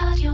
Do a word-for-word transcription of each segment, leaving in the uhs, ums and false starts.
רדיו.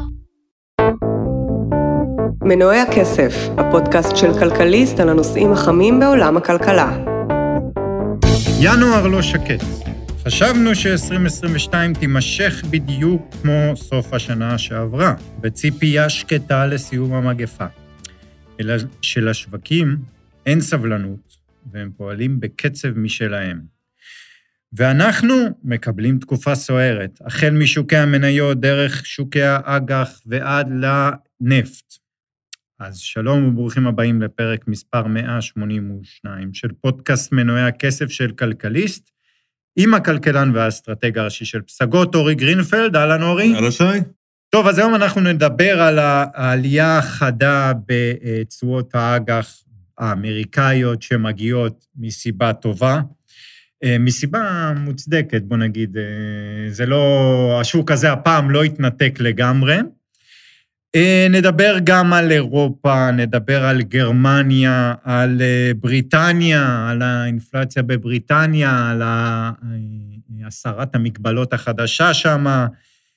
מנועי הכסף, הפודקאסט של כלכליסט על הנושאים החמים בעולם הכלכלה. ינואר לא שקט. חשבנו ש-עשרים עשרים ושתיים תימשך בדיוק כמו סוף השנה שעברה, בציפייה שקטה לסיום המגפה. אלא שלשווקים אין סבלנות, והם פועלים בקצב משלהם. ואנחנו מקבלים תקופה סוערת, החל משוקי המניות, דרך שוקי האג"ח ועד לנפט. אז שלום וברוכים הבאים לפרק מספר מאה שמונים ושתיים של פודקאסט מנועי הכסף של כלכליסט, עם הכלכלן והאסטרטג הראשי של פסגות, אורי גרינפלד. אהלן אורי. אהלן שי. טוב, אז היום אנחנו נדבר על העלייה החדה בתשואות האג"ח האמריקאיות שמגיעות מסיבה טובה, מסיבה מוצדקת, בוא נגיד, זה לא, השוק הזה הפעם לא התנתק לגמרי. נדבר גם על אירופה, נדבר על גרמניה, על בריטניה, על האינפלציה בבריטניה, על הסרת המגבלות החדשה שם,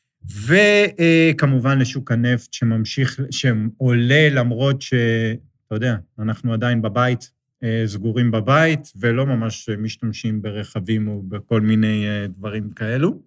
וכמובן לשוק הנפט שממשיך, שעולה למרות ש, אתה יודע, אנחנו עדיין בבית, סגורים בבית, ולא ממש משתמשים ברכבים או בכל מיני דברים כאלו.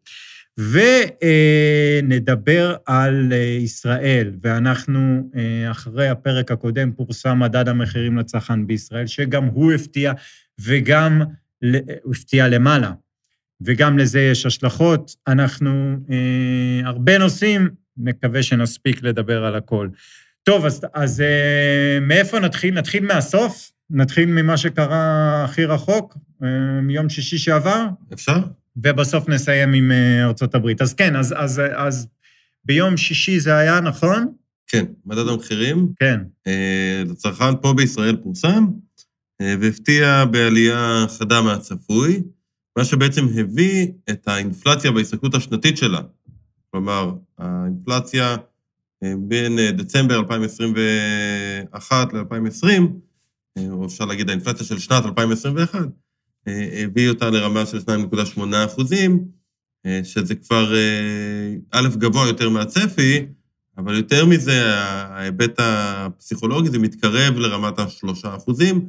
ונדבר על ישראל, ואנחנו, אחרי הפרק הקודם, פורסם מדד המחירים לצרכן בישראל, שגם הוא הפתיע, וגם הוא הפתיע למעלה, וגם לזה יש השלכות. אנחנו, הרבה נושאים, נקווה שנספיק לדבר על הכל. טוב, אז, אז מאיפה נתחיל? נתחיל מהסוף? נתחיל ממה שקרה הכי רחוק, מיום שישי שעבר? אפשר? ובסוף נסיים עם ארצות הברית. אז כן, אז, אז, אז ביום שישי זה היה, נכון? כן, מדד המחירים. כן. לצרכן פה בישראל פורסם, והפתיע בעלייה חדה מהצפוי, מה שבעצם הביא את האינפלציה בהסתכלות השנתית שלה. כלומר, האינפלציה בין דצמבר אלפיים עשרים ואחת ל-אלפיים עשרים, או אפשר להגיד האינפלציה של שנת אלפיים עשרים ואחת, הביא אותה לרמה של שתיים נקודה שמונה אחוזים, שזה כבר א' גבוה יותר מהצפי, אבל יותר מזה, ההיבט הפסיכולוגי, זה מתקרב לרמת השלושה אחוזים,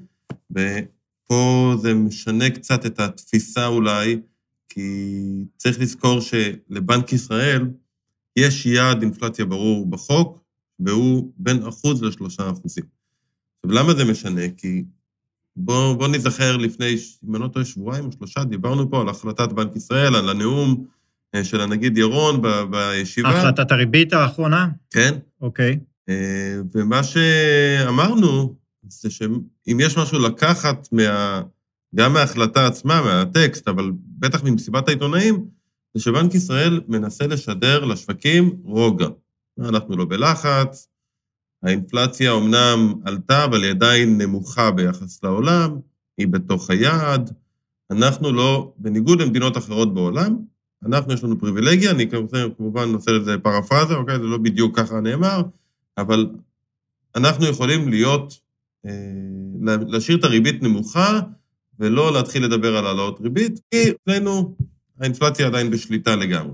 ופה זה משנה קצת את התפיסה אולי, כי צריך לזכור שלבנק ישראל יש יעד אינפלציה ברור בחוק, והוא בין אחוז לשלושה אחוזים. עכשיו, למה זה משנה? כי בוא, בוא נזכר לפני, אם אני לא טועה, שבועיים או שלושה, דיברנו פה על החלטת בנק ישראל, על הנאום של הנגיד ירון ב, בישיבה. החלטת הריבית האחרונה? כן. אוקיי. ומה שאמרנו, זה שאם יש משהו לקחת מה, גם מההחלטה עצמה, מהטקסט, אבל בטח ממסיבת העיתונאים, זה שבנק ישראל מנסה לשדר לשווקים רוגע. אנחנו לא בלחץ, האינפלציה אומנם עלתה, אבל היא עדיין נמוכה ביחס לעולם, היא בתוך היעד, אנחנו לא, בניגוד למדינות אחרות בעולם, אנחנו יש לנו פריבילגיה, אני כמובן נעשה לזה פרפרזה, אוקיי, זה לא בדיוק ככה נאמר, אבל אנחנו יכולים להיות, להשאיר את הריבית נמוכה, ולא להתחיל לדבר על העלאות ריבית, כי אצלנו האינפלציה עדיין בשליטה לגמרי.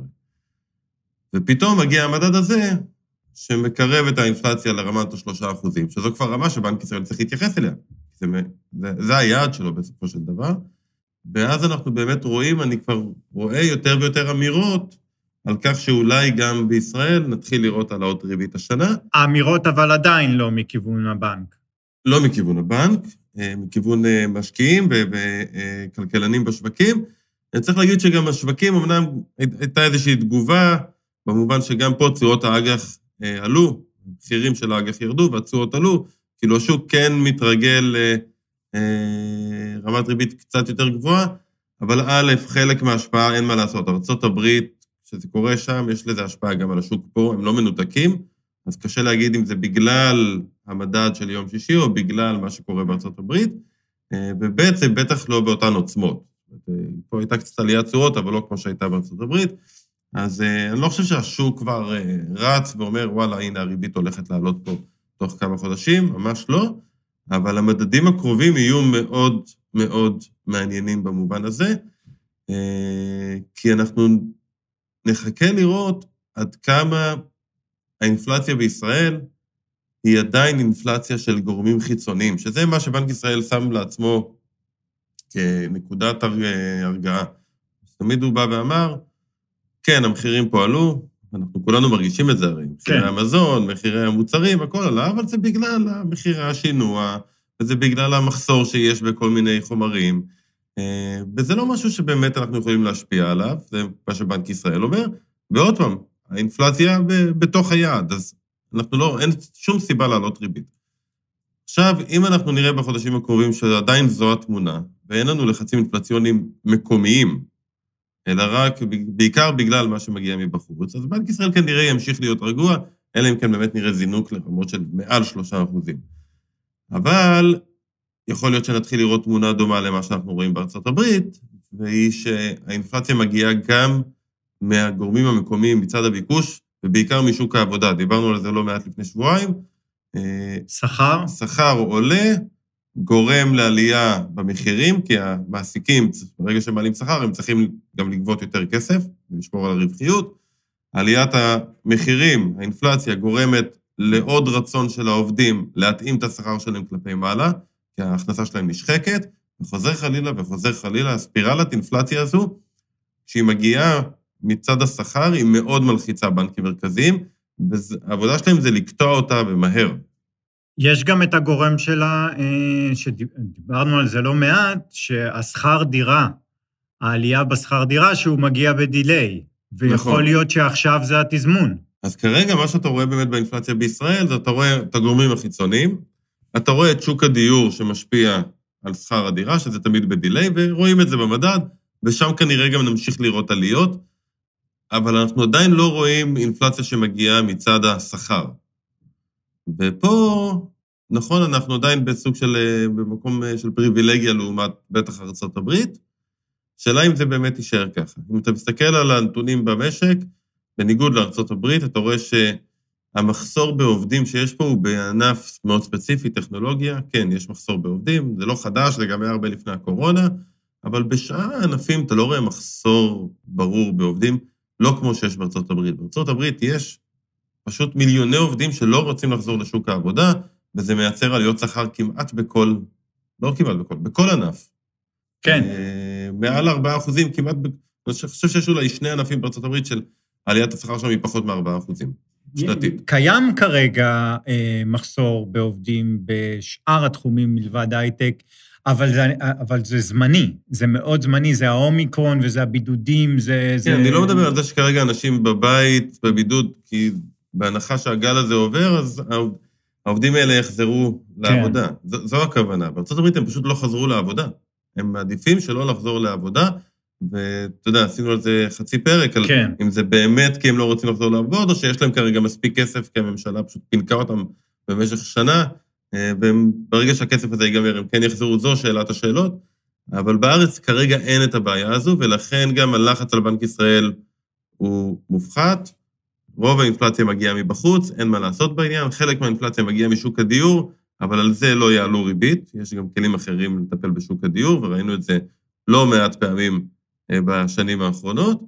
ופתאום מגיע המדד הזה, שמקרב את האינפלציה לרמת השלושה אחוזים, שזו כבר רמה שבנק ישראל צריך להתייחס אליה. זה, זה, זה היעד שלו בסופו של דבר. ואז אנחנו באמת רואים, אני כבר רואה יותר ויותר אמירות, על כך שאולי גם בישראל נתחיל לראות העלאות ריבית השנה. האמירות אבל עדיין לא מכיוון הבנק. לא מכיוון הבנק, מכיוון משקיעים וכלכלנים בשווקים. אני צריך להגיד שגם השווקים, אמנם הייתה איזושהי תגובה, במובן שגם פה תשואות האג"ח עלו, מחירים של האג"ח ירדו והתשואות עלו, כאילו השוק כן מתרגל לרמת ריבית קצת יותר גבוהה, אבל א', חלק מההשפעה אין מה לעשות. ארצות הברית, שזה קורה שם, יש לזה השפעה גם על השוק פה, הם לא מנותקים, אז קשה להגיד אם זה בגלל המדד של יום שישי, או בגלל מה שקורה בארצות הברית, וב' זה בטח לא באותן עוצמות. פה הייתה קצת עליית תשואות, אבל לא כמו שהייתה בארצות הברית, אז אני לא חושב שהשוק כבר רץ ואומר, וואלה, הנה הריבית הולכת לעלות פה תוך כמה חודשים, ממש לא, אבל המדדים הקרובים יהיו מאוד מאוד מעניינים במובן הזה, כי אנחנו נחכה לראות עד כמה האינפלציה בישראל היא עדיין אינפלציה של גורמים חיצוניים, שזה מה שבנק ישראל שם לעצמו כנקודת הרגעה. תמיד הוא בא ואמר, כן, המחירים פה עלו, אנחנו כולנו מרגישים את זה הרי, מחירי כן. המזון, מחירי המוצרים, הכל עלה, אבל זה בגלל מחירי השינוע, וזה בגלל המחסור שיש בכל מיני חומרים, וזה לא משהו שבאמת אנחנו יכולים להשפיע עליו, זה מה שבנק ישראל אומר, ועוד פעם, האינפלציה בתוך היעד, אז אנחנו לא, אין שום סיבה לעלות ריבית. עכשיו, אם אנחנו נראה בחודשים הקרובים שעדיין זו התמונה, ואין לנו לחצים אינפלציוניים מקומיים, אלא רק בעיקר בגלל מה שמגיע מבחוץ, אז בנק ישראל כנראה ימשיך להיות רגוע, אלא אם כן באמת נראה זינוק לרמות של מעל שלושה אחוזים. אבל יכול להיות שנתחיל לראות תמונה דומה למה שאנחנו רואים בארצות הברית, והיא שהאינפלציה מגיעה גם מהגורמים המקומיים מצד הביקוש, ובעיקר משוק העבודה. דיברנו על זה לא מעט לפני שבועיים. שכר? שכר עולה, גורם לעלייה במחירים, כי המעסיקים, ברגע שהם מעלים שכר, הם צריכים גם לגבות יותר כסף, ולשמור על הרווחיות. עליית המחירים, האינפלציה, גורמת לעוד רצון של העובדים להתאים את השכר שלהם כלפי מעלה, כי ההכנסה שלהם נשחקת, וחוזר חלילה וחוזר חלילה, הספירלת אינפלציה הזו, שהיא מגיעה מצד השכר, היא מאוד מלחיצה בנקים מרכזיים, והעבודה שלהם זה לקטוע אותה ומהר. יש גם את הגורם שלה, שדיברנו על זה לא מעט, שהשכר דירה, העלייה בשכר דירה, שהוא מגיע בדיליי, ויכול נכון. להיות שעכשיו זה התזמון. אז כרגע מה שאתה רואה באמת באינפלציה בישראל, זה אתה רואה את הגורמים החיצוניים, אתה רואה את שוק הדיור שמשפיע על שכר הדירה, שזה תמיד בדיליי, ורואים את זה במדד, ושם כנראה גם נמשיך לראות עליות, אבל אנחנו עדיין לא רואים אינפלציה שמגיעה מצד השכר. ופה, נכון, אנחנו עדיין בסוג של, במקום של פריבילגיה לעומת בטח ארצות הברית, שאלה אם זה באמת יישאר ככה. אם אתה מסתכל על הנתונים במשק, בניגוד לארצות הברית, אתה רואה שהמחסור בעובדים שיש פה הוא בענף מאוד ספציפי, טכנולוגיה, כן, יש מחסור בעובדים, זה לא חדש, זה גם היה הרבה לפני הקורונה, אבל בשאר הענפים אתה לא רואה מחסור ברור בעובדים, לא כמו שיש בארצות הברית. בארצות הברית יש פשוט מיליוני עובדים שלא רוצים לחזור לשוק העבודה, וזה מייצר עליות שכר כמעט בכל, לא כמעט בכל, בכל ענף. כן. מעל ארבעה אחוזים, כמעט, אני חושב שיש אולי שני ענפים בארצות הברית של עליית השכר שם היא פחות מארבעה אחוזים, שנתית. קיים כרגע מחסור בעובדים בשאר התחומים מלבד הייטק, אבל זה, אבל זה זמני, זה מאוד זמני, זה האומיקרון וזה הבידודים, זה... כן, זה... אני לא מדבר על זה שכרגע אנשים בבית, בבידוד, כי בהנחה שהגל הזה עובר, אז העובדים האלה יחזרו לעבודה. כן. זו, זו הכוונה. בארצות הברית הם פשוט לא חזרו לעבודה. הם מעדיפים שלא לחזור לעבודה, ואתה יודע, עשינו על זה חצי פרק, על כן. אם זה באמת כי הם לא רוצים לחזור לעבוד, או שיש להם כרגע מספיק כסף, כי הממשלה פשוט פינקה אותם במשך שנה, וברגע שהכסף הזה ייגמר, הם כן יחזרו, זו שאלת השאלות, אבל בארץ כרגע אין את הבעיה הזו, ולכן גם הלחץ על בנק ישראל הוא מופחת, רוב האינפלציה מגיעה מבחוץ, אין מה לעשות בעניין, חלק מהאינפלציה מגיעה משוק הדיור, אבל על זה לא יעלו ריבית, יש גם כלים אחרים לטפל בשוק הדיור, וראינו את זה לא מעט פעמים בשנים האחרונות,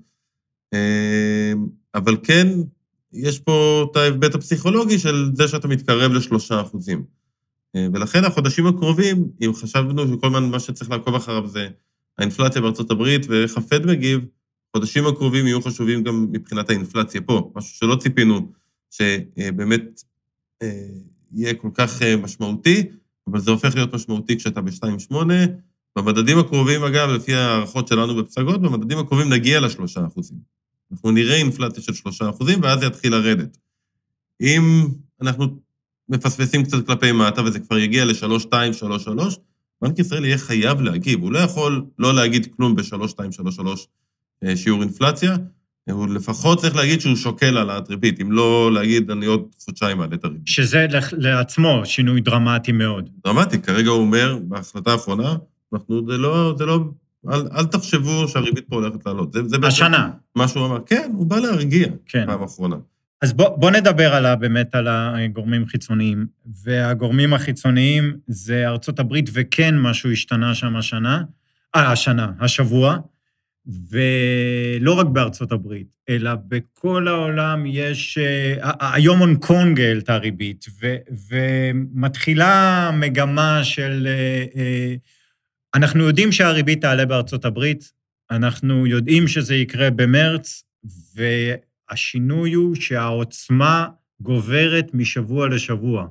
אבל כן, יש פה את ההיבט הפסיכולוגי של זה שאתה מתקרב לשלושה אחוזים. ולכן החודשים הקרובים, אם חשבנו שכל מה שצריך לעקוב אחריו זה האינפלציה בארצות הברית ואיך הפד מגיב, חודשים הקרובים יהיו חשובים גם מבחינת האינפלציה פה, משהו שלא ציפינו שבאמת יהיה כל כך משמעותי, אבל זה הופך להיות משמעותי כשאתה ב-שתיים נקודה שמונה, במדדים הקרובים, אגב, לפי הערכות שלנו בפסגות, במדדים הקרובים נגיע ל-שלושה אחוזים. אנחנו נראה אינפלציה של שלושה אחוזים, ואז זה יתחיל לרדת. אם אנחנו מפספסים קצת כלפי מטה, וזה כבר יגיע ל-שלוש שתיים שלוש שלוש, בנק ישראל יהיה חייב להגיב, הוא לא יכול לא להגיד כלום ב-שלוש שתיים שלוש שלוש שיעור אינפלציה, הוא לפחות צריך להגיד שהוא שוקל על הריבית, אם לא להגיד, אני עוד חודשיים על את הריבית. שזה לעצמו שינוי דרמטי מאוד. דרמטי, כרגע הוא אומר, בהחלטה האחרונה, אנחנו, זה לא, זה לא, אל, אל תחשבו שהריבית פה הולכת לעלות. זה, זה השנה. מה שהוא אמר, כן, הוא בא להרגיע כן. פעם האחרונה. אז בוא, בוא נדבר על, באמת על הגורמים חיצוניים, והגורמים החיצוניים זה ארצות הברית, וכן משהו השתנה שם השנה, אה, השנה, השבוע, ולא רק בארצות הברית, אלא בכל העולם יש, היום הונג קונג העלתה הריבית, ומתחילה מגמה של, אנחנו יודעים שהריבית תעלה בארצות הברית, אנחנו יודעים שזה יקרה במרץ, והשינוי הוא שהעוצמה גוברת משבוע לשבוע.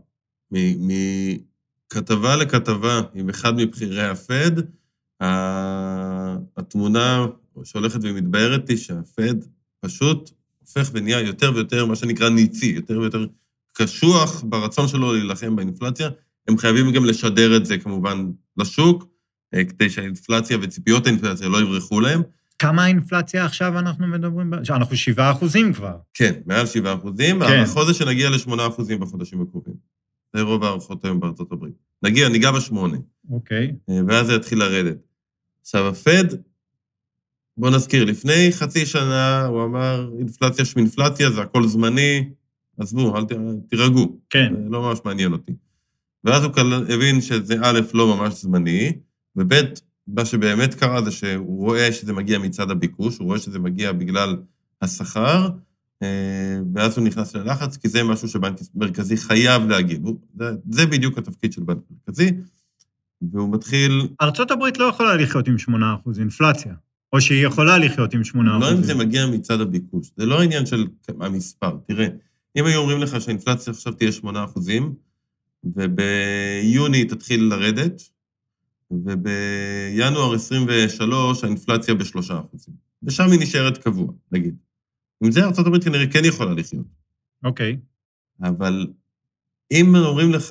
מכתבה לכתבה עם אחד מבחירי הפד, התמונה שהולכת ומתבהרת היא שהפד פשוט הופך ונהיה יותר ויותר, מה שנקרא ניצי, יותר ויותר קשוח ברצון שלו להילחם באינפלציה. הם חייבים גם לשדר את זה כמובן לשוק, כדי שהאינפלציה וציפיות האינפלציה לא יברחו להם. כמה האינפלציה עכשיו אנחנו מדברים? אנחנו שבעה אחוזים כבר. כן, מעל שבעה אחוזים. כן. החודש שנגיע לשמונה אחוזים בחודשים הקרובים. זה רוב הערכות היום בארצות הברית. נגיע, ניגע בשמונה. אוקיי. ואז זה יתחיל לרדת. עכשיו, הפד, בוא נזכיר, לפני חצי שנה הוא אמר, אינפלציה שמינפלציה, זה הכל זמני, עזבו, אל תירגעו. כן. זה לא ממש מעניין אותי. ואז הוא הבין שזה א', לא ממש זמני, וב', מה שבאמת קרה זה שהוא רואה שזה מגיע מצד הביקוש, הוא רואה שזה מגיע בגלל השכר, ואז הוא נכנס ללחץ, כי זה משהו שבנק מרכזי חייב להגיד. זה, זה בדיוק התפקיד של בנק מרכזי, והוא מתחיל... ארצות הברית לא יכולה לחיות עם שמונה אחוז אינפלציה, או שהיא יכולה לחיות עם שמונה אחוז. לא אם זה מגיע מצד הביקוש, זה לא העניין של המספר. תראה, אם היו אומרים לך שהאינפלציה עכשיו תהיה שמונה אחוזים, וביוני תתחיל לרדת, ובינואר עשרים ושלוש האינפלציה בשלושה אחוזים. ושם היא נשארת קבוע, נגיד. עם זה ארצות הברית כנראה כן יכולה לחיות. אוקיי. אבל אם אומרים לך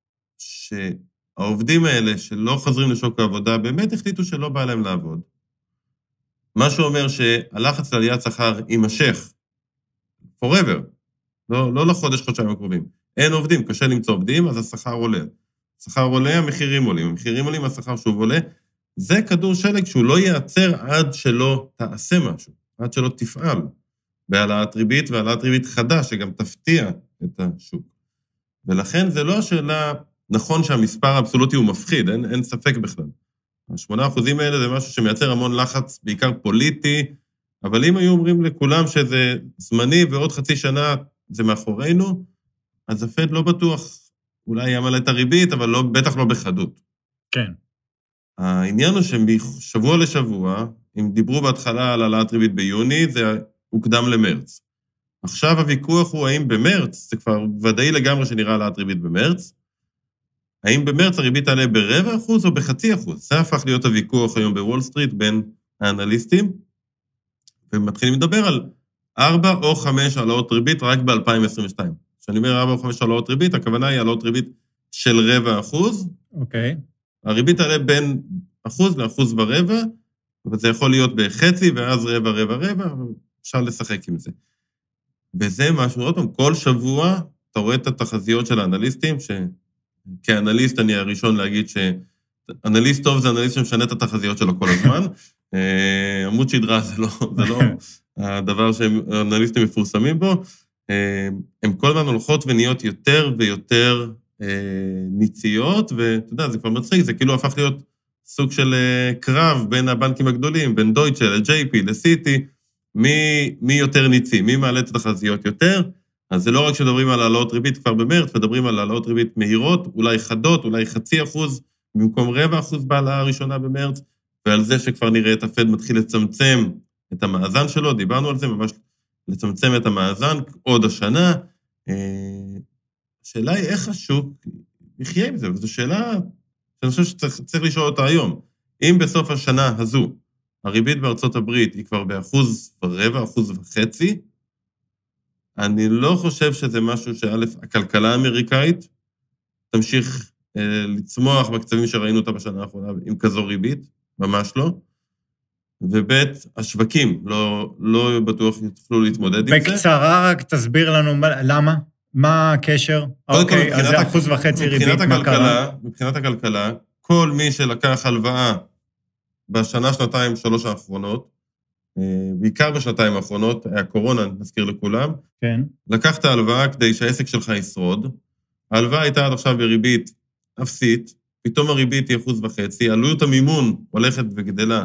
שהעובדים האלה שלא חוזרים לשוק העבודה, באמת החליטו שלא בא להם לעבוד, מה שאומר שהלחץ לעליית שכר יימשך, forever, לא, לא לחודש, חודשיים הקרובים. אין עובדים, קשה למצוא עובדים, אז השכר עולה. השכר עולה, המחירים עולים. המחירים עולים, השכר שוב עולה. זה כדור שלג שהוא לא ייעצר עד שלא תעשה משהו, עד שלא תפעל. בהעלאת ריבית, והעלאת ריבית חדה, שגם תפתיע את השוק. ולכן זה לא השאלה, נכון שהמספר האבסולוטי הוא מפחיד, אין, אין ספק בכלל. השמונה אחוזים האלה זה משהו שמייצר המון לחץ, בעיקר פוליטי, אבל אם היו אומרים לכולם שזה זמני ועוד חצי שנה זה מאחורינו, אז הפד לא בטוח, אולי יעמל את הריבית, אבל לא, בטח לא בחדות. כן. העניין הוא שמשבוע לשבוע, אם דיברו בהתחלה על העלאת ריבית ביוני, זה הוקדם למרץ. עכשיו הוויכוח הוא האם במרץ, זה כבר ודאי לגמרי שנראה העלאת ריבית במרץ, האם במרץ הריבית תעלה ברבע אחוז או בחצי אחוז? זה הפך להיות הוויכוח היום בוול סטריט בין האנליסטים, ומתחילים לדבר על ארבע או חמש העלאות ריבית רק ב-אלפיים עשרים ושתיים. כשאני אומר ארבע או חמש העלאות ריבית, הכוונה היא העלאות ריבית של רבע אחוז. אוקיי. הריבית תעלה בין אחוז לאחוז ורבע, וזה יכול להיות בחצי, ואז רבע, רבע, רבע, אפשר לשחק עם זה. וזה משהו, עוד פעם, כל שבוע אתה רואה את התחזיות של האנליסטים, שכאנליסט אני הראשון להגיד שאנליסט טוב זה אנליסט שמשנה את התחזיות שלו כל הזמן, עמוד שדרה זה לא, זה לא הדבר שאנליסטים מפורסמים בו, הם כל הזמן הולכות ונהיות יותר ויותר ניציות, ואתה יודע, זה כבר מצחיק, זה כאילו הפך להיות סוג של קרב בין הבנקים הגדולים, בין דויטשה, לג'יי פי, לסיטי, מי, מי יותר ניצי, מי מעלה את התחזיות יותר, אז זה לא רק שדברים על העלאות ריבית כבר במרץ, מדברים על העלאות ריבית מהירות, אולי חדות, אולי חצי אחוז, במקום רבע אחוז בהעלאה הראשונה במרץ, ועל זה שכבר נראה את הפד מתחיל לצמצם את המאזן שלו, דיברנו על זה, ממש לצמצם את המאזן עוד השנה. השאלה היא איך השוק יחיה עם זה, וזו שאלה שאני חושב שצריך לשאול אותה היום. אם בסוף השנה הזו, הריבית בארצות הברית היא כבר באחוז ורבע, אחוז וחצי, אני לא חושב שזה משהו שא', הכלכלה האמריקאית תמשיך אה, לצמוח בקצבים שראינו אותה בשנה האחרונה עם כזו ריבית, ממש לא, וב' השווקים לא, לא בטוח יוכלו להתמודד עם זה. בקצרה רק תסביר לנו למה, מה הקשר? אוקיי, אז זה אחוז וחצי ריבית, מה קרה? מבחינת הכלכלה, כל מי שלקח הלוואה בשנה, שנתיים, שלוש האחרונות, בעיקר בשנתיים האחרונות, היה קורונה, נזכיר לכולם, כן. לקחת הלוואה כדי שהעסק שלך ישרוד, ההלוואה הייתה עד עכשיו בריבית אפסית, פתאום הריבית היא אחוז וחצי, עלויות המימון הולכת וגדלה,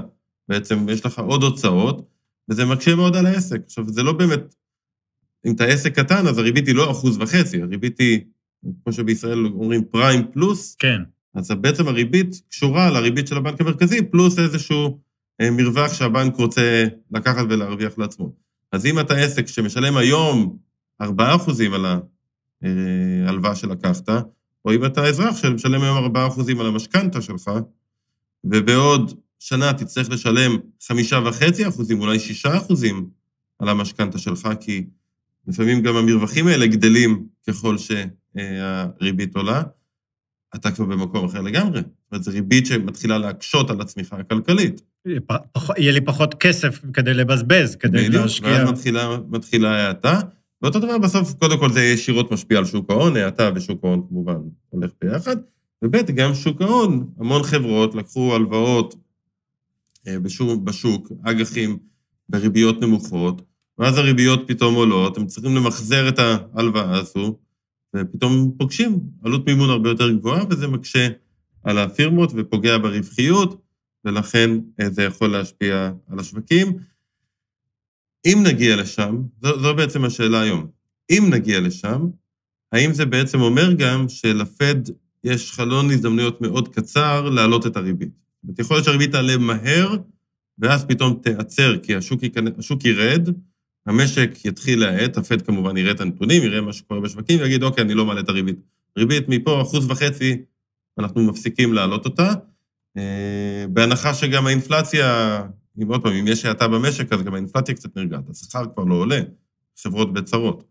בעצם יש לך עוד הוצאות, וזה מקשה מאוד על העסק. עכשיו, זה לא באמת, אם אתה עסק קטן, אז הריבית היא לא אחוז וחצי, הריבית היא, כמו שבישראל אומרים, פריים פלוס, כן. אז בעצם הריבית קשורה לריבית של הבנק המרכזי, פלוס איזשהו מרווח שהבנק רוצה לקחת ולהרוויח לעצמו. אז אם אתה עסק שמשלם היום ארבעה אחוזים על ההלוואה שלקחת, או אם אתה אזרח שמשלם היום ארבעה אחוזים על המשכנתה שלך, ובעוד שנה תצטרך לשלם חמישה וחצי אחוזים, אולי שישה אחוזים על המשכנתה שלך, כי לפעמים גם המרווחים האלה גדלים ככל שהריבית עולה, אתה כבר במקום אחר לגמרי. זאת אומרת, זו ריבית שמתחילה להקשות על הצמיחה הכלכלית. יהיה לי פחות כסף כדי לבזבז, כדי להשקיע. ואז מתחילה, מתחילה ההאטה, ואותו דבר בסוף, קודם כל זה ישירות משפיע על שוק ההון, ההאטה ושוק ההון כמובן הולך ביחד, ובית גם שוק ההון, המון חברות לקחו הלוואות בשוק, בשוק, אג"חים בריביות נמוכות, ואז הריביות פתאום עולות, הם צריכים למחזר את ההלוואה הזו, ופתאום פוגשים עלות מימון הרבה יותר גבוהה, וזה מקשה על הפירמות ופוגע ברווחיות, ולכן זה יכול להשפיע על השווקים. אם נגיע לשם, זו, זו בעצם השאלה היום, אם נגיע לשם, האם זה בעצם אומר גם שלפד יש חלון הזדמנויות מאוד קצר להעלות את הריבית? יכול להיות שהריבית תעלה מהר, ואז פתאום תיעצר, כי השוק, השוק ירד, המשק יתחיל להאט, הפד כמובן יראה את הנתונים, יראה מה שקורה בשווקים, ויגיד, אוקיי, אני לא מעלה את הריבית. ריבית מפה, אחוז וחצי, אנחנו מפסיקים להעלות אותה, בהנחה שגם האינפלציה, אם עוד פעם, אם יש האטה במשק, אז גם האינפלציה קצת נרגעת, השכר כבר לא עולה, חברות בצרות.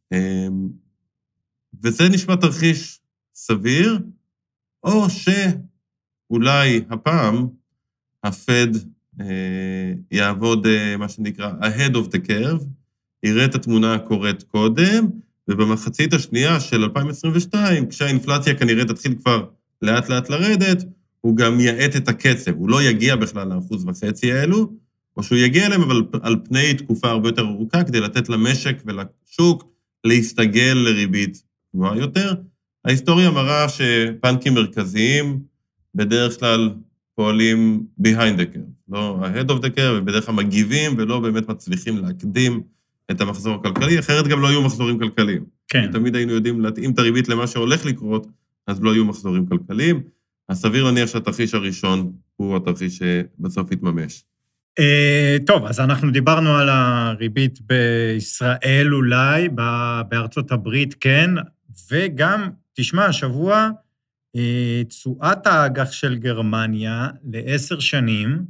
וזה נשמע תרחיש סביר, או שאולי הפעם הפד יעבוד מה שנקרא ahead of the curve, יראה את התמונה הקורית קודם, ובמחצית השנייה של אלפיים עשרים ושתיים, כשהאינפלציה כנראה תתחיל כבר לאט לאט לרדת, הוא גם יעט את הקצב, הוא לא יגיע בכלל לאחוז וחצי האלו, או שהוא יגיע אליהם, אבל על פני תקופה הרבה יותר ארוכה, כדי לתת למשק ולשוק להסתגל לריבית גבוהה יותר. ההיסטוריה מראה שבנקים מרכזיים בדרך כלל פועלים behind the curve, לא ahead of the curve, ובדרך כלל מגיבים ולא באמת מצליחים להקדים את המחזור הכלכלי, אחרת גם לא היו מחזורים כלכליים. כן. תמיד היינו יודעים להתאים את הריבית למה שהולך לקרות, אז לא היו מחזורים כלכליים. הסביר להניח שהתרחיש הראשון הוא התרחיש שבסוף יתממש. טוב, אז אנחנו דיברנו על הריבית בישראל אולי, בארצות הברית כן, וגם, תשמע, השבוע, תשואת האג"ח של גרמניה לעשר שנים,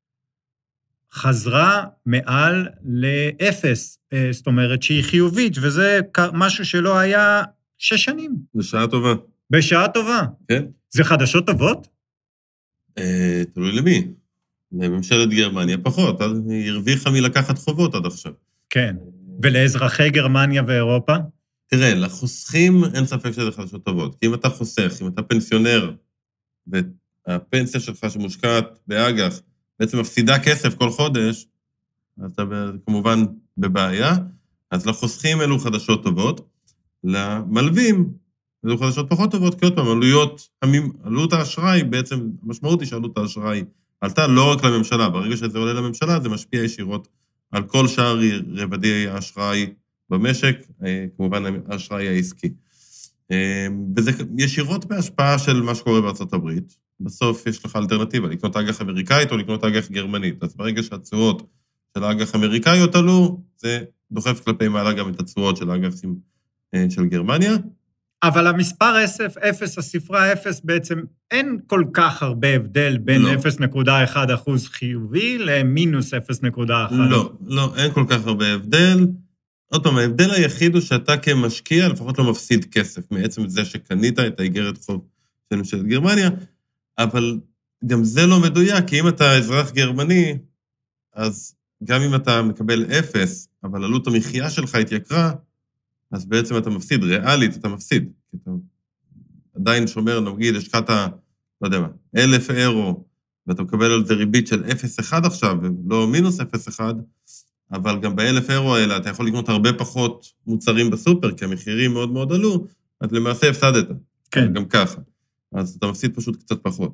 חזרה מעל לאפס, זאת אומרת שהיא חיובית, וזה משהו שלא היה שש שנים. בשעה טובה. בשעה טובה. כן. זה חדשות טובות? תלוי למי. לממשלת גרמניה פחות, היא הרוויחה מלקחת חובות עד עכשיו. כן. ולאזרחי גרמניה ואירופה? תראה, לחוסכים אין ספק שזה חדשות טובות. כי אם אתה חוסך, אם אתה פנסיונר, והפנסיה שלך שמושקעת באג"ח, בעצם מפסידה כסף כל חודש, אז אתה כמובן בבעיה, אז לחוסכים אלו חדשות טובות, למלווים אלו חדשות פחות טובות, כי עוד פעם, עלויות, עלות האשראי, בעצם המשמעות היא שעלות האשראי עלתה לא רק לממשלה, ברגע שזה עולה לממשלה, זה משפיע ישירות על כל שאר רבדי האשראי במשק, כמובן האשראי העסקי. וזה ישירות בהשפעה של מה שקורה בארצות הברית, בסוף יש לך אלטרנטיבה, לקנות אג"ח אמריקאית או לקנות אג"ח גרמנית, אז ברגע שהתשואות של האג"ח אמריקאיות עלו, זה דוחף כלפי מעלה גם את התשואות של האג"חים של גרמניה. אבל המספר אפס, הספרה אפס, בעצם אין כל כך הרבה הבדל בין לא. אפס נקודה אחת אחוז חיובי למינוס אפס נקודה אחת. לא, לא, אין כל כך הרבה הבדל. עוד פעם, ההבדל היחיד הוא שאתה כמשקיע לפחות לא מפסיד כסף, מעצם זה שקנית את האיגרת חוב של ממשלת גרמניה, אבל גם זה לא מדויק, כי אם אתה אזרח גרמני, אז גם אם אתה מקבל אפס, אבל עלות המחיה שלך התייקרה, אז בעצם אתה מפסיד, ריאלית אתה מפסיד. אתה עדיין שומר, נגיד, השקעת, לא יודע מה, אלף אירו, ואתה מקבל על זה ריבית של אפס נקודה אחת עכשיו, ולא מינוס אפס נקודה אחת, אבל גם באלף אירו האלה אתה יכול לקנות הרבה פחות מוצרים בסופר, כי המחירים מאוד מאוד עלו, אז למעשה הפסדת. כן. גם ככה. אז אתה מפסיד פשוט קצת פחות.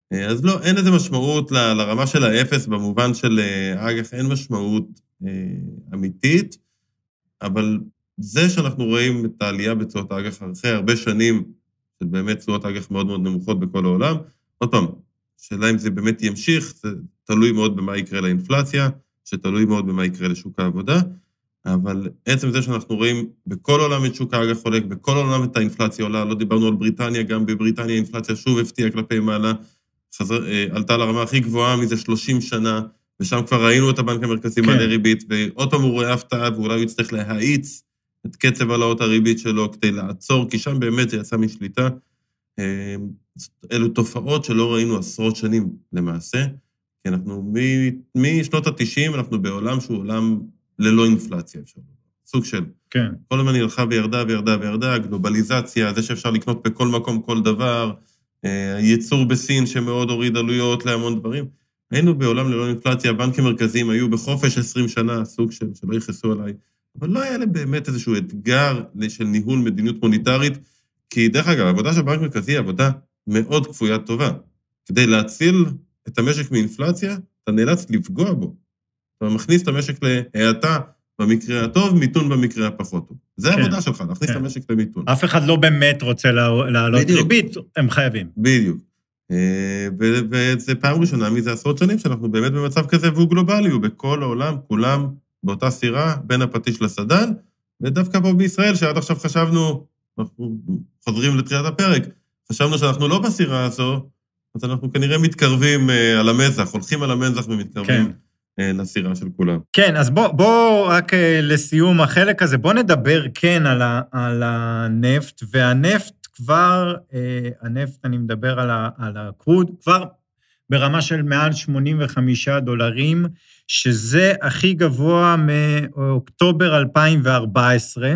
אז לא, אין איזה משמעות ל, לרמה של האפס, במובן של אג"ח, אין משמעות אה, אמיתית, אבל זה שאנחנו רואים את העלייה בתשואות האג"ח אחרי הרבה שנים, של באמת תשואות האג"ח מאוד מאוד נמוכות בכל העולם, עוד פעם, שאלה אם זה באמת ימשיך, זה תלוי מאוד במה יקרה לאינפלציה, שתלוי מאוד במה יקרה לשוק העבודה, אבל עצם זה שאנחנו רואים בכל עולם את שוק האג"ח חולק, בכל עולם את האינפלציה עולה, לא דיברנו על בריטניה, גם בבריטניה האינפלציה שוב הפתיעה כלפי מעלה, חזר, עלתה לרמה הכי גבוהה מזה שלושים שנה, ושם כבר ראינו את הבנק המרכזי מעלה ריבית, ועוד פעם הוא רואה הפתעה, ואולי הוא יצטרך להאיץ את קצב העלאות הריבית שלו כדי לעצור, כי שם באמת זה יצא משליטה. אלו תופעות שלא ראינו עשרות שנים למעשה, כי אנחנו משנות ה-תשעים, אנחנו בעולם שהוא עולם ללא אינפלציה, אפשר לומר. סוג של. כן. כל הזמן היא הלכה וירדה וירדה וירדה, גלובליזציה, זה שאפשר לקנות בכל מקום כל דבר, ייצור בסין שמאוד הוריד עלויות להמון דברים. היינו בעולם ללא אינפלציה, הבנקים מרכזיים היו בחופש עשרים שנה, סוג של, שלא יכעסו עליי, אבל לא היה להם באמת איזשהו אתגר של ניהול מדיניות מוניטרית, כי דרך אגב, העבודה של בנק מרכזי היא עבודה מאוד כפויה טובה. כדי להציל את המשק מאינפלציה, אתה נאלץ לפגוע בו. אתה מכניס את המשק להאטה במקרה הטוב, מיתון במקרה הפחות טוב. זה העבודה שלך, להכניס את המשק למיתון. אף אחד לא באמת רוצה לעלות ריבית, הם חייבים. בדיוק. וזה פעם ראשונה מזה עשרות שנים שאנחנו באמת במצב כזה, והוא גלובלי, הוא בכל העולם, כולם באותה סירה, בין הפטיש לסדן, ודווקא פה בישראל, שעד עכשיו חשבנו, אנחנו חוזרים לתחילת הפרק, חשבנו שאנחנו לא בסירה הזו, אז אנחנו כנראה מתקרבים על המזח, הולכים על המזח ומתקרבים לסירה של כולם. כן, אז בוא, בוא רק לסיום החלק הזה, בוא נדבר כן על, ה, על הנפט, והנפט כבר, הנפט, אני מדבר על, ה, על הקרוד, כבר ברמה של מעל שמונים וחמישה דולרים, שזה הכי גבוה מאוקטובר אלפיים וארבע עשרה,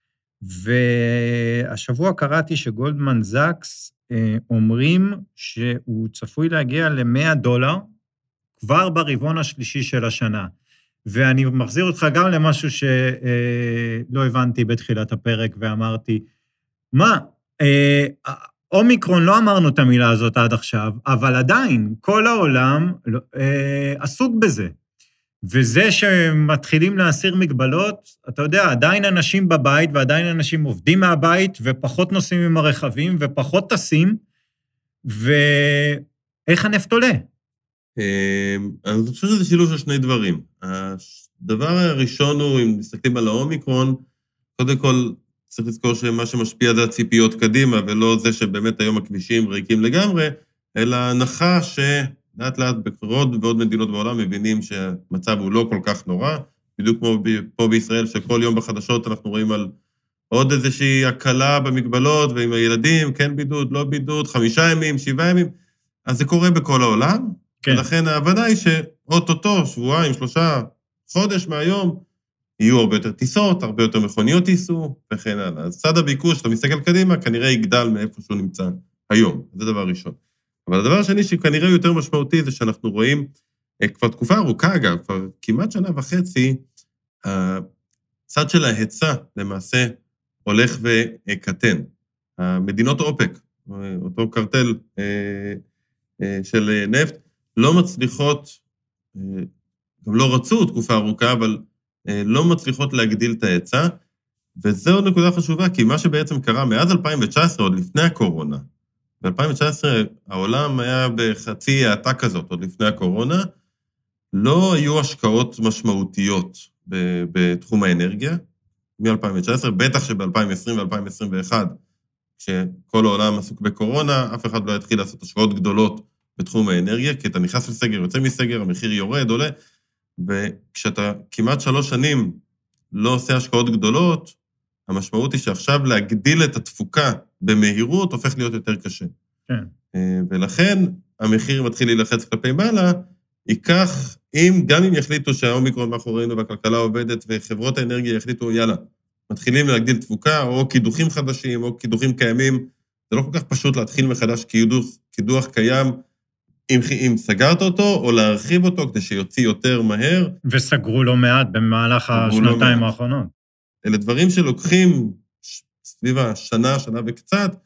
והשבוע קראתי שגולדמן זאקס אומרים שהוא צפוי להגיע ל-מאה דולר, כבר ברבעון השלישי של השנה. ואני מחזיר אותך גם למשהו שלא הבנתי בתחילת הפרק, ואמרתי, מה, אומיקרון לא אמרנו את המילה הזאת עד עכשיו, אבל עדיין כל העולם עסוק בזה. וזה שמתחילים להסיר מגבלות, אתה יודע, עדיין אנשים בבית, ועדיין אנשים עובדים מהבית, ופחות נוסעים עם הרכבים, ופחות טסים, ואיך הנפט עולה? אז אני חושב שזה שילוב של שני דברים. הדבר הראשון הוא, אם מסתכלים על האומיקרון, קודם כל צריך לזכור שמה שמשפיע זה הציפיות קדימה, ולא זה שבאמת היום הכבישים ריקים לגמרי, אלא הנחה שלאט לאט בעוד ועוד מדינות בעולם מבינים שהמצב הוא לא כל כך נורא, בדיוק כמו פה בישראל, שכל יום בחדשות אנחנו רואים על עוד איזושהי הקלה במגבלות, ועם הילדים, כן בידוד, לא בידוד, חמישה ימים, שבעה ימים, אז זה קורה בכל העולם, כן. ולכן ההבנה היא שאוטוטו, שבועיים, שלושה, חודש מהיום, יהיו הרבה יותר טיסות, הרבה יותר מכוניות ייסעו, וכן הלאה. אז צד הביקוש, אתה מסתכל קדימה, כנראה יגדל מאיפה שהוא נמצא היום. זה דבר ראשון. אבל הדבר השני שכנראה יותר משמעותי, זה שאנחנו רואים, כבר תקופה ארוכה אגב, כבר כמעט שנה וחצי, הצד של ההיצע למעשה הולך וקטן. המדינות אופק, אותו קרטל של נפט, לא מצליחות, גם לא רצו תקופה ארוכה, אבל לא מצליחות להגדיל את ההיצע, וזו נקודה חשובה, כי מה שבעצם קרה מאז אלפיים תשע עשרה, עוד לפני הקורונה, ב-אלפיים תשע עשרה העולם היה בחצי האטה כזאת, עוד לפני הקורונה, לא היו השקעות משמעותיות בתחום האנרגיה, מ-אלפיים תשע עשרה, בטח שב-אלפיים עשרים ו-אלפיים עשרים ואחת, כשכל העולם עסוק בקורונה, אף אחד לא יתחיל לעשות השקעות גדולות בתחום האנרגיה, כי אתה נכנס לסגר, יוצא מסגר, המחיר יורד, עולה, וכשאתה כמעט שלוש שנים לא עושה השקעות גדולות, המשמעות היא שעכשיו להגדיל את התפוקה במהירות הופך להיות יותר קשה. כן. ולכן המחיר מתחיל להילחץ כלפי מעלה, ייקח, אם, גם אם יחליטו שהאומיקרון מאחורינו והכלכלה עובדת, וחברות האנרגיה יחליטו, יאללה, מתחילים להגדיל תפוקה, או קידוחים חדשים, או קידוחים קיימים, זה לא כל כך פשוט להתחיל מחדש קידוח, קידוח קיים, אם, אם סגרת אותו, או להרחיב אותו, כדי שיוציא יותר מהר. וסגרו לא מעט במהלך השנתיים לא האחרונות. אלה דברים שלוקחים סביב השנה, שנה וקצת,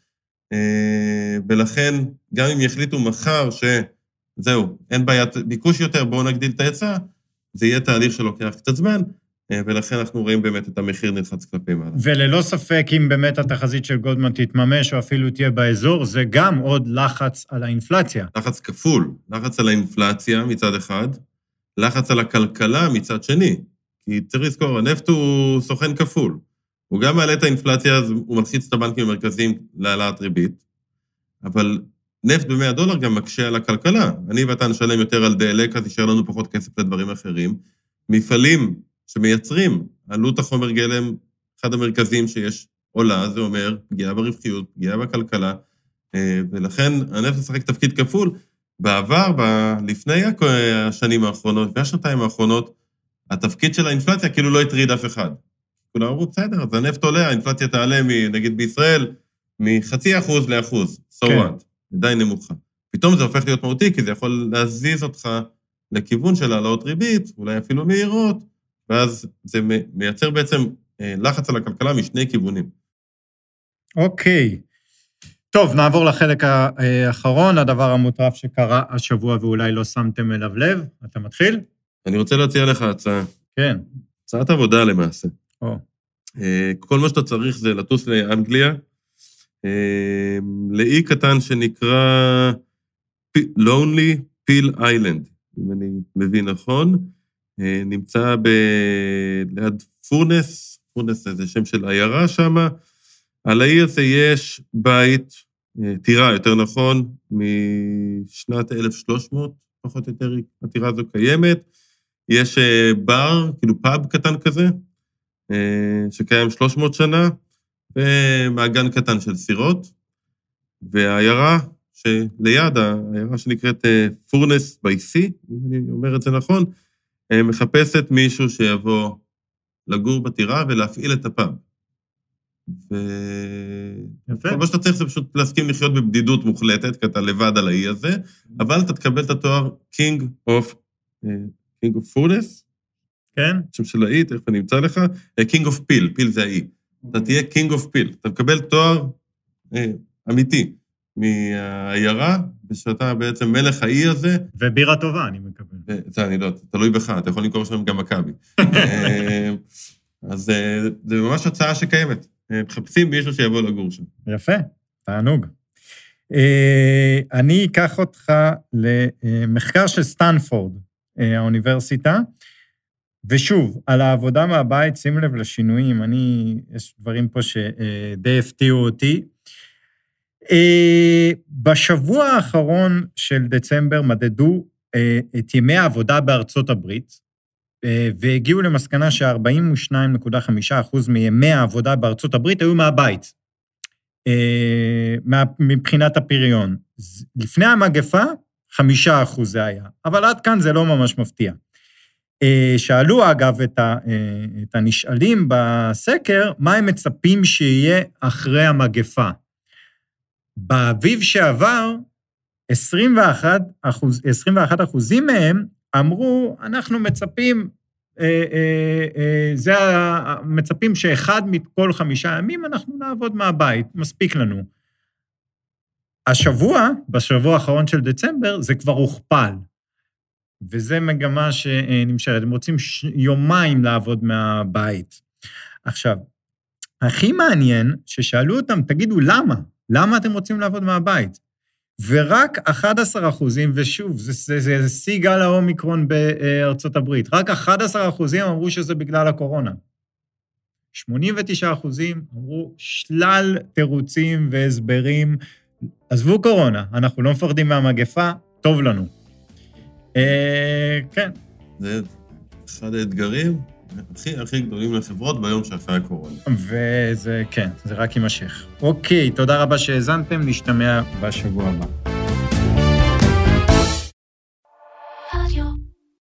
ולכן, גם אם יחליטו מחר שזהו, אין בעיית ביקוש יותר, בואו נגדיל את ההיצע, זה יהיה תהליך שלוקח קצת זמן, ולכן אנחנו רואים באמת את המחיר נלחץ כלפי מעלה. וללא ספק, אם באמת התחזית של גולדמן תתממש, או אפילו תהיה באזור, זה גם עוד לחץ על האינפלציה. לחץ כפול, לחץ על האינפלציה מצד אחד, לחץ על הכלכלה מצד שני, כי צריך לזכור, הנפט הוא סוכן כפול. הוא גם מעלה את האינפלציה, אז הוא מלחיץ את הבנקים המרכזיים להעלאת ריבית, אבל נפט ב-מאה דולר גם מקשה על הכלכלה. אני ואתה נשלם יותר על דלק, אז יישאר לנו פחות כסף לדברים אחרים. מפעלים שמייצרים, עלות החומר גלם, אחד המרכזיים שיש עולה, זה אומר פגיעה ברווחיות, פגיעה בכלכלה, ולכן הנפט משחק תפקיד כפול. בעבר, ב- לפני השנים האחרונות, לפני השנתיים האחרונות, התפקיד של האינפלציה כאילו לא הטריד אף אחד. כולם אמרו, בסדר, אז הנפט עולה, האינפלציה תעלה, נגיד בישראל, מחצי אחוז לאחוז, so what, עדיין נמוכה. פתאום זה הופך להיות מהותי, כי זה יכול להזיז אותך לכיוון של העלאות ריבית, אולי אפילו מהירות, ואז זה מייצר בעצם לחץ על הכלכלה משני כיוונים. אוקיי. טוב, נעבור לחלק האחרון, הדבר המוטרף שקרה השבוע ואולי לא שמתם אליו לב. אתה מתחיל? אני רוצה להציע לך הצעה. כן. הצעת עבודה למעשה. או. כל מה שאתה צריך זה לטוס לאנגליה, לאי קטן שנקרא Lonely Peel Island, אם אני מבין נכון, נמצא ב... ליד פורנס, פורנס זה שם של עיירה שם, על האי הזה יש בית, טירה יותר נכון, משנת אלף ושלוש מאות, פחות או יותר הטירה הזו קיימת, יש בר, כאילו פאב קטן כזה, שקיים שלוש מאות שנה, ומעגן קטן של סירות, והעיירה שליד, העיירה שנקראת פורנס בייסי, אם אני אומר את זה נכון, מחפשת מישהו שיבוא לגור בטירה ולהפעיל את הפאב. וכל מה שאתה צריך זה פשוט להסכים לחיות בבדידות מוחלטת, כי אתה לבד על האי הזה, אבל אתה תקבל את התואר King of, King of Furnace, כן? שם של האי, תכף אני אמצא לך, King of Peel, פיל זה האי. אתה תהיה King of Peel, אתה מקבל תואר אמיתי מהעיירה, ושאתה בעצם מלך האי הזה. ובירה טובה, אני מקבל. זה אני לא, תלוי בך, אתה יכול למכור שם גם מכבי. אז זה ממש הצעה שקיימת. מחפשים מישהו שיבוא לגור שם. יפה, תענוג. אני אקח אותך למחקר של סטנפורד, האוניברסיטה, ושוב, על העבודה מהבית, שים לב לשינויים, אני, יש דברים פה שדי הפתיעו אותי. בשבוע האחרון של דצמבר מדדו את ימי העבודה בארצות הברית, והגיעו למסקנה ש-ארבעים ושתיים נקודה חמישה אחוז מימי העבודה בארצות הברית היו מהבית, מבחינת הפריון. לפני המגפה, חמישה אחוז זה היה, אבל עד כאן זה לא ממש מפתיע. שאלו אגב את הנשאלים בסקר, מה הם מצפים שיהיה אחרי המגפה. באביב שעבר, עשרים ואחת אחוז, עשרים ואחת אחוזים מהם אמרו, אנחנו מצפים, זה מצפים שאחד מכל חמישה ימים אנחנו נעבוד מהבית, מספיק לנו. השבוע, בשבוע האחרון של דצמבר, זה כבר הוכפל. וזה מגמה שנמשרת, הם רוצים יומיים לעבוד מהבית. עכשיו, הכי מעניין ששאלו אותם, תגידו למה? למה אתם רוצים לעבוד מהבית? ורק אחד עשר אחוזים, ושוב, זה, זה, זה, זה שיא גל האומיקרון בארצות הברית, רק אחד עשר אחוזים אמרו שזה בגלל הקורונה. שמונים ותשעה אחוזים אמרו שלל תירוצים והסברים, עזבו קורונה, אנחנו לא מפחדים מהמגפה, טוב לנו. אה, כן. זה אחד האתגרים הכי, הכי גדולים לחברות ביום שאחרי הקורונה. וזה, כן, זה רק יימשך. אוקיי, תודה רבה שהאזנתם, נשתמע בשבוע הבא.